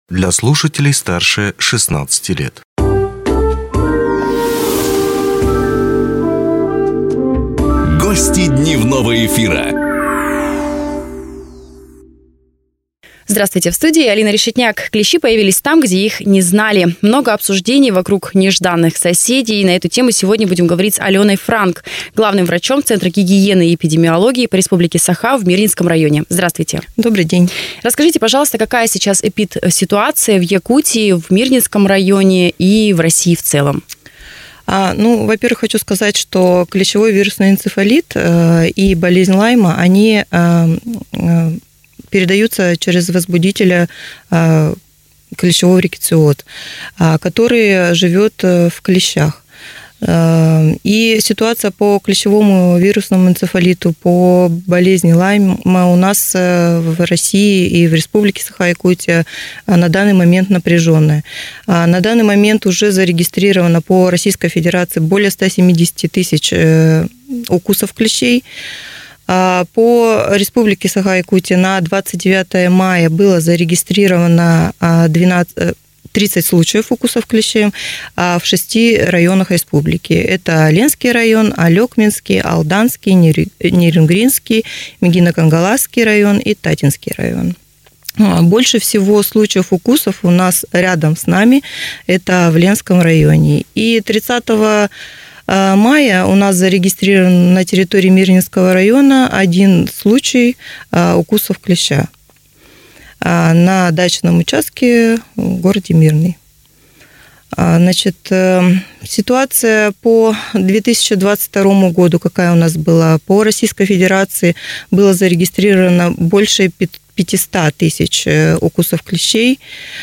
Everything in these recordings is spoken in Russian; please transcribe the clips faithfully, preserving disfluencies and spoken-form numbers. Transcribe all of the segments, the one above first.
для слушателей старше шестнадцати лет. Гости дневного эфира. Здравствуйте, в студии Алина Решетняк. Клещи появились там, где их не знали. Много обсуждений вокруг нежданных соседей. И на эту тему сегодня будем говорить с Аленой Франк, главным врачом Центра гигиены и эпидемиологии по Республике Саха в Мирнинском районе. Здравствуйте. Добрый день. Расскажите, пожалуйста, какая сейчас эпид-ситуация в Якутии, в Мирнинском районе и в России в целом? А, ну, во-первых, хочу сказать, что клещевой вирусный энцефалит э, и болезнь Лайма, они э, э, передаются через возбудителя э, клещевого риккетсиоз, э, который живет в клещах. И ситуация по клещевому вирусному энцефалиту, по болезни Лайма у нас в России и в Республике Саха-Якутия на данный момент напряженная. На данный момент уже зарегистрировано по Российской Федерации более ста семидесяти тысяч укусов клещей. По Республике Саха-Якутия на двадцать девятое мая было зарегистрировано двенадцать тридцать случаев укусов клещем в шести районах республики. Это Ленский район, Алекминский, Алданский, Нерюнгринский, Мегино-Кангаласский район и Татинский район. Больше всего случаев укусов у нас рядом с нами, это в Ленском районе. И тридцатого мая у нас зарегистрирован на территории Мирнинского района один случай укусов клеща на дачном участке в городе Мирный. Значит, ситуация по две тысячи двадцать второму году, какая у нас была? По Российской Федерации было зарегистрировано больше пятисот тысяч укусов клещей.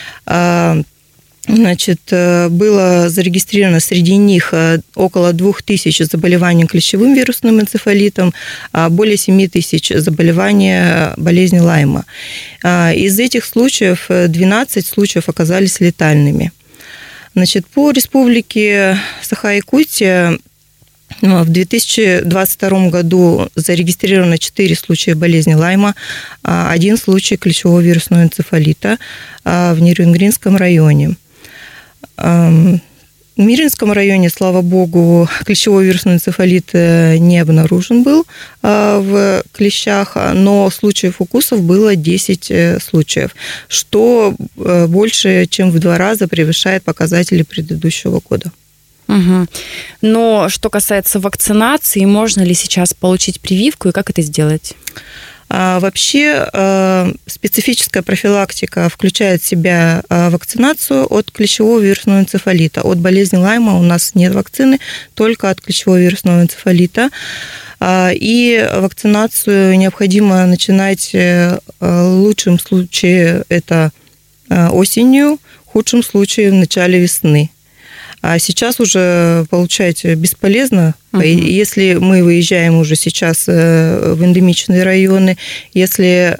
Значит, было зарегистрировано среди них около двух тысяч заболеваний клещевым вирусным энцефалитом, более семи тысяч заболеваний болезни Лайма. Из этих случаев двенадцать случаев оказались летальными. Значит, по Республике Саха-Якутия в две тысячи двадцать втором году зарегистрировано четыре случая болезни Лайма, один случай клещевого вирусного энцефалита в Нерюнгринском районе. В Мирнинском районе, слава богу, клещевой вирусный энцефалит не обнаружен был в клещах, но случаев укусов было десять случаев, что больше, чем в два раза превышает показатели предыдущего года. Угу. Но что касается вакцинации, можно ли сейчас получить прививку и как это сделать? Вообще специфическая профилактика включает в себя вакцинацию от клещевого вирусного энцефалита. От болезни Лайма у нас нет вакцины, только от клещевого вирусного энцефалита. И вакцинацию необходимо начинать в лучшем случае это осенью, в худшем случае в начале весны. А сейчас уже, получается, бесполезно. Uh-huh. Если мы выезжаем уже сейчас в эндемичные районы, если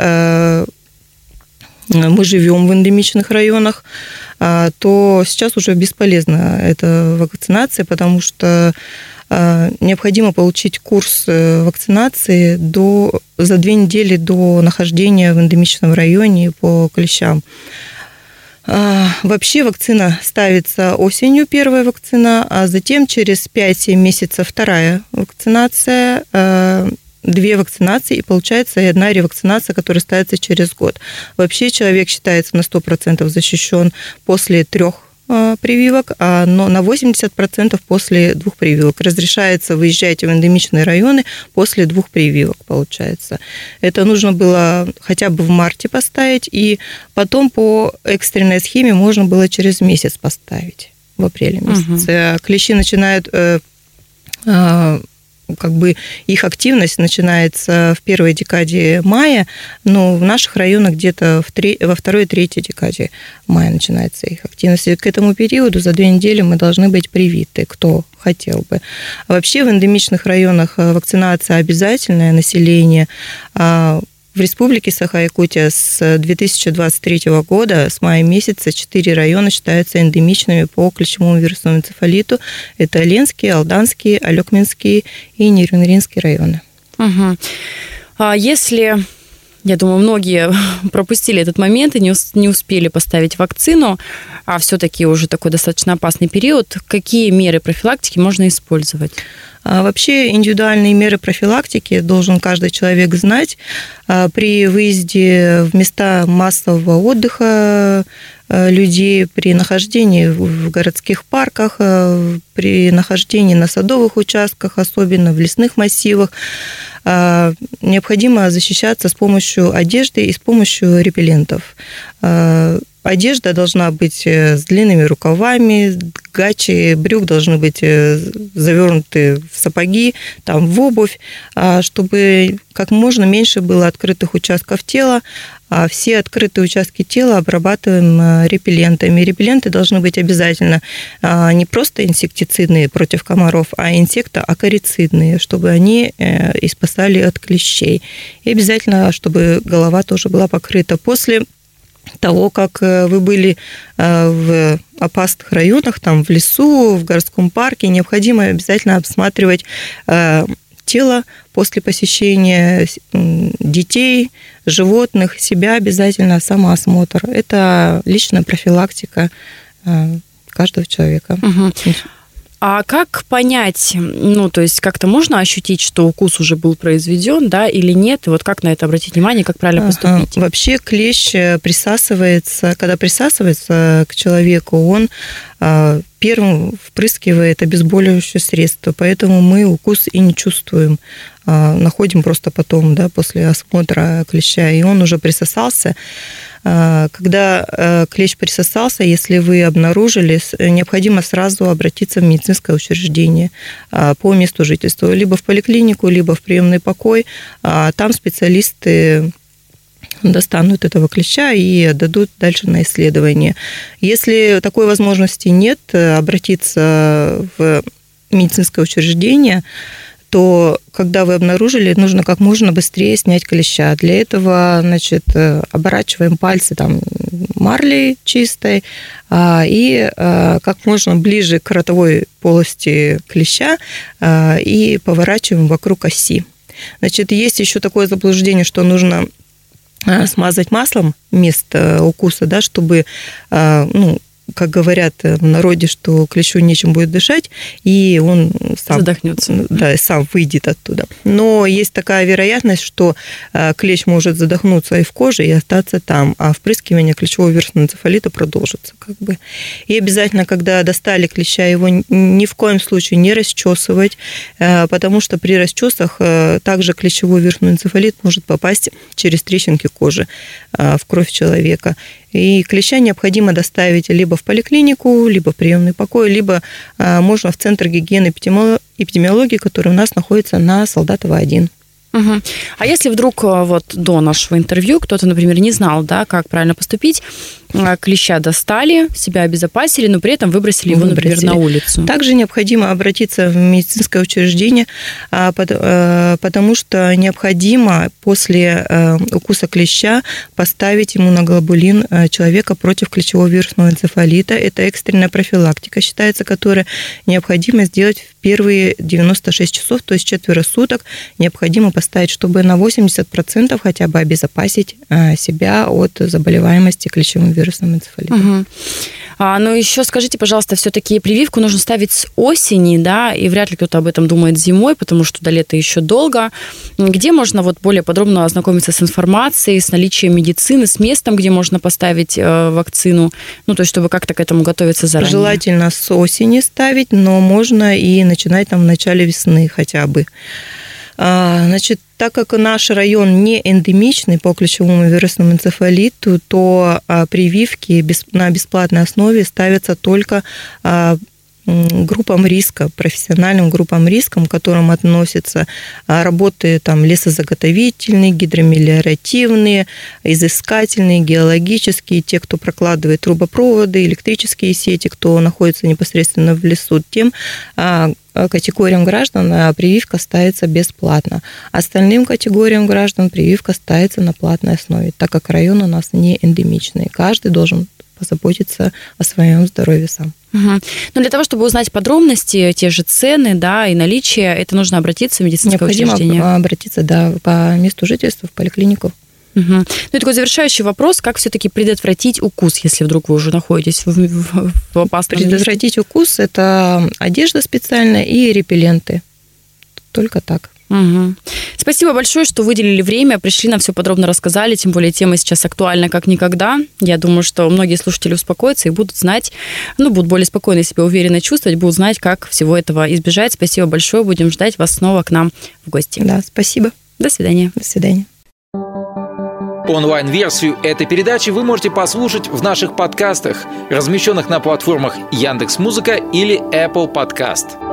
мы живем в эндемичных районах, то сейчас уже бесполезна эта вакцинация, потому что необходимо получить курс вакцинации до, за две недели до нахождения в эндемичном районе по клещам. Вообще вакцина ставится осенью, первая вакцина, а затем через пять-семь месяцев вторая вакцинация, две вакцинации, и получается и одна ревакцинация, которая ставится через год. Вообще человек считается на сто процентов защищен после трех прививок, но на восемьдесят процентов после двух прививок. Разрешается выезжать в эндемичные районы после двух прививок, получается. Это нужно было хотя бы в марте поставить, и потом по экстренной схеме можно было через месяц поставить, в апреле месяце. Угу. Клещи начинают... как бы их активность начинается в первой декаде мая, но в наших районах где-то в три, во второй-третьей декаде мая начинается их активность. И к этому периоду за две недели мы должны быть привиты, кто хотел бы. А вообще в эндемичных районах вакцинация обязательная, население. В Республике Саха-Якутия с две тысячи двадцать третьего года, с мая месяца, четыре района считаются эндемичными по клещевому вирусному энцефалиту. Это Ленский, Алданский, Алекминский и Нерюнгринский районы. Угу. А если Я думаю, многие пропустили этот момент и не, ус- не успели поставить вакцину, а все-таки уже такой достаточно опасный период. Какие меры профилактики можно использовать? А вообще индивидуальные меры профилактики должен каждый человек знать. При выезде в места массового отдыха людей, при нахождении в городских парках, при нахождении на садовых участках, особенно в лесных массивах, необходимо защищаться с помощью одежды и с помощью репеллентов. Одежда должна быть с длинными рукавами, гачи брюк должны быть завернуты в сапоги, там, в обувь, чтобы как можно меньше было открытых участков тела. А все открытые участки тела обрабатываем репеллентами. Репелленты должны быть обязательно не просто инсектицидные против комаров, а инсектоакарицидные, чтобы они и спасали от клещей. И обязательно, чтобы голова тоже была покрыта. После того, как вы были в опасных районах, там в лесу, в городском парке, необходимо обязательно обсматривать тело после посещения детей, животных, себя обязательно самоосмотр. Это личная профилактика каждого человека. Угу. А как понять, ну, то есть как-то можно ощутить, что укус уже был произведен, да, или нет? И вот как на это обратить внимание, как правильно поступить? Вообще клещ присасывается, когда присасывается к человеку, он первым впрыскивает обезболивающее средство, поэтому мы укус и не чувствуем. Находим просто потом, да, после осмотра клеща, и он уже присосался. Когда клещ присосался, если вы обнаружили, необходимо сразу обратиться в медицинское учреждение по месту жительства, либо в поликлинику, либо в приемный покой. Там специалисты достанут этого клеща и отдадут дальше на исследование. Если такой возможности нет, обратиться в медицинское учреждение, то когда вы обнаружили, нужно как можно быстрее снять клеща. Для этого, значит, оборачиваем пальцы там марлей чистой и как можно ближе к ротовой полости клеща и поворачиваем вокруг оси. Значит, есть еще такое заблуждение, что нужно смазать маслом место укуса, да, чтобы, ну, как говорят в народе, что клещу нечем будет дышать, и он сам задохнется. Да, сам выйдет оттуда. Но есть такая вероятность, что клещ может задохнуться и в коже, и остаться там, а впрыскивание клещевого вирусного энцефалита продолжится. Как бы. И обязательно, когда достали клеща, его ни в коем случае не расчесывать, потому что при расчесах также клещевой вирусный энцефалит может попасть через трещинки кожи в кровь человека. И клеща необходимо доставить либо в поликлинику, либо в приемный покой, либо можно в Центр гигиены и эпидемиологии, который у нас находится на Солдатова один. Угу. А если вдруг вот до нашего интервью кто-то, например, не знал, да, как правильно поступить, клеща достали, себя обезопасили, но при этом выбросили его, выбросили. например, на улицу. Также необходимо обратиться в медицинское учреждение, потому что необходимо после укуса клеща поставить иммуноглобулин человека против клещевого вирусного энцефалита. Это экстренная профилактика, считается, которая необходимо сделать в первые девяносто шесть часов, то есть четверо суток необходимо поставить, чтобы на восемьдесят процентов хотя бы обезопасить себя от заболеваемости клещевым вирусным энцефалитом. Угу. А, ну, еще скажите, пожалуйста, все-таки прививку нужно ставить с осени, да, и вряд ли кто-то об этом думает зимой, потому что до лета еще долго. Где можно вот более подробно ознакомиться с информацией, с наличием медицины, с местом, где можно поставить э, вакцину, ну, то есть, чтобы как-то к этому готовиться заранее? Желательно с осени ставить, но можно и начинать там в начале весны хотя бы. Значит, так как наш район не эндемичный по клещевому вирусному энцефалиту, то прививки на бесплатной основе ставятся только группам риска, профессиональным группам риска, к которым относятся работы там, лесозаготовительные, гидромелиоративные, изыскательные, геологические, те, кто прокладывает трубопроводы, электрические сети, кто находится непосредственно в лесу, тем категориям граждан прививка ставится бесплатно. Остальным категориям граждан прививка ставится на платной основе, так как район у нас не эндемичный. Каждый должен позаботиться о своем здоровье сам. Угу. Но для того, чтобы узнать подробности, те же цены, да, и наличие, это нужно обратиться в медицинское Необходимо учреждение? Необходимо обратиться, да, по месту жительства в поликлинику. Угу. Ну и такой завершающий вопрос, как все-таки предотвратить укус, если вдруг вы уже находитесь в, в, в опасном Предотвратить месте? Укус – это одежда специальная и репелленты. Только так. Угу. Спасибо большое, что выделили время, пришли, нам все подробно рассказали, тем более тема сейчас актуальна как никогда. Я думаю, что многие слушатели успокоятся и будут знать, ну, будут более спокойно себя уверенно чувствовать, будут знать, как всего этого избежать. Спасибо большое, будем ждать вас снова к нам в гости. Да, спасибо. До свидания. До свидания. Онлайн-версию этой передачи вы можете послушать в наших подкастах, размещенных на платформах Яндекс.Музыка или Apple Podcast.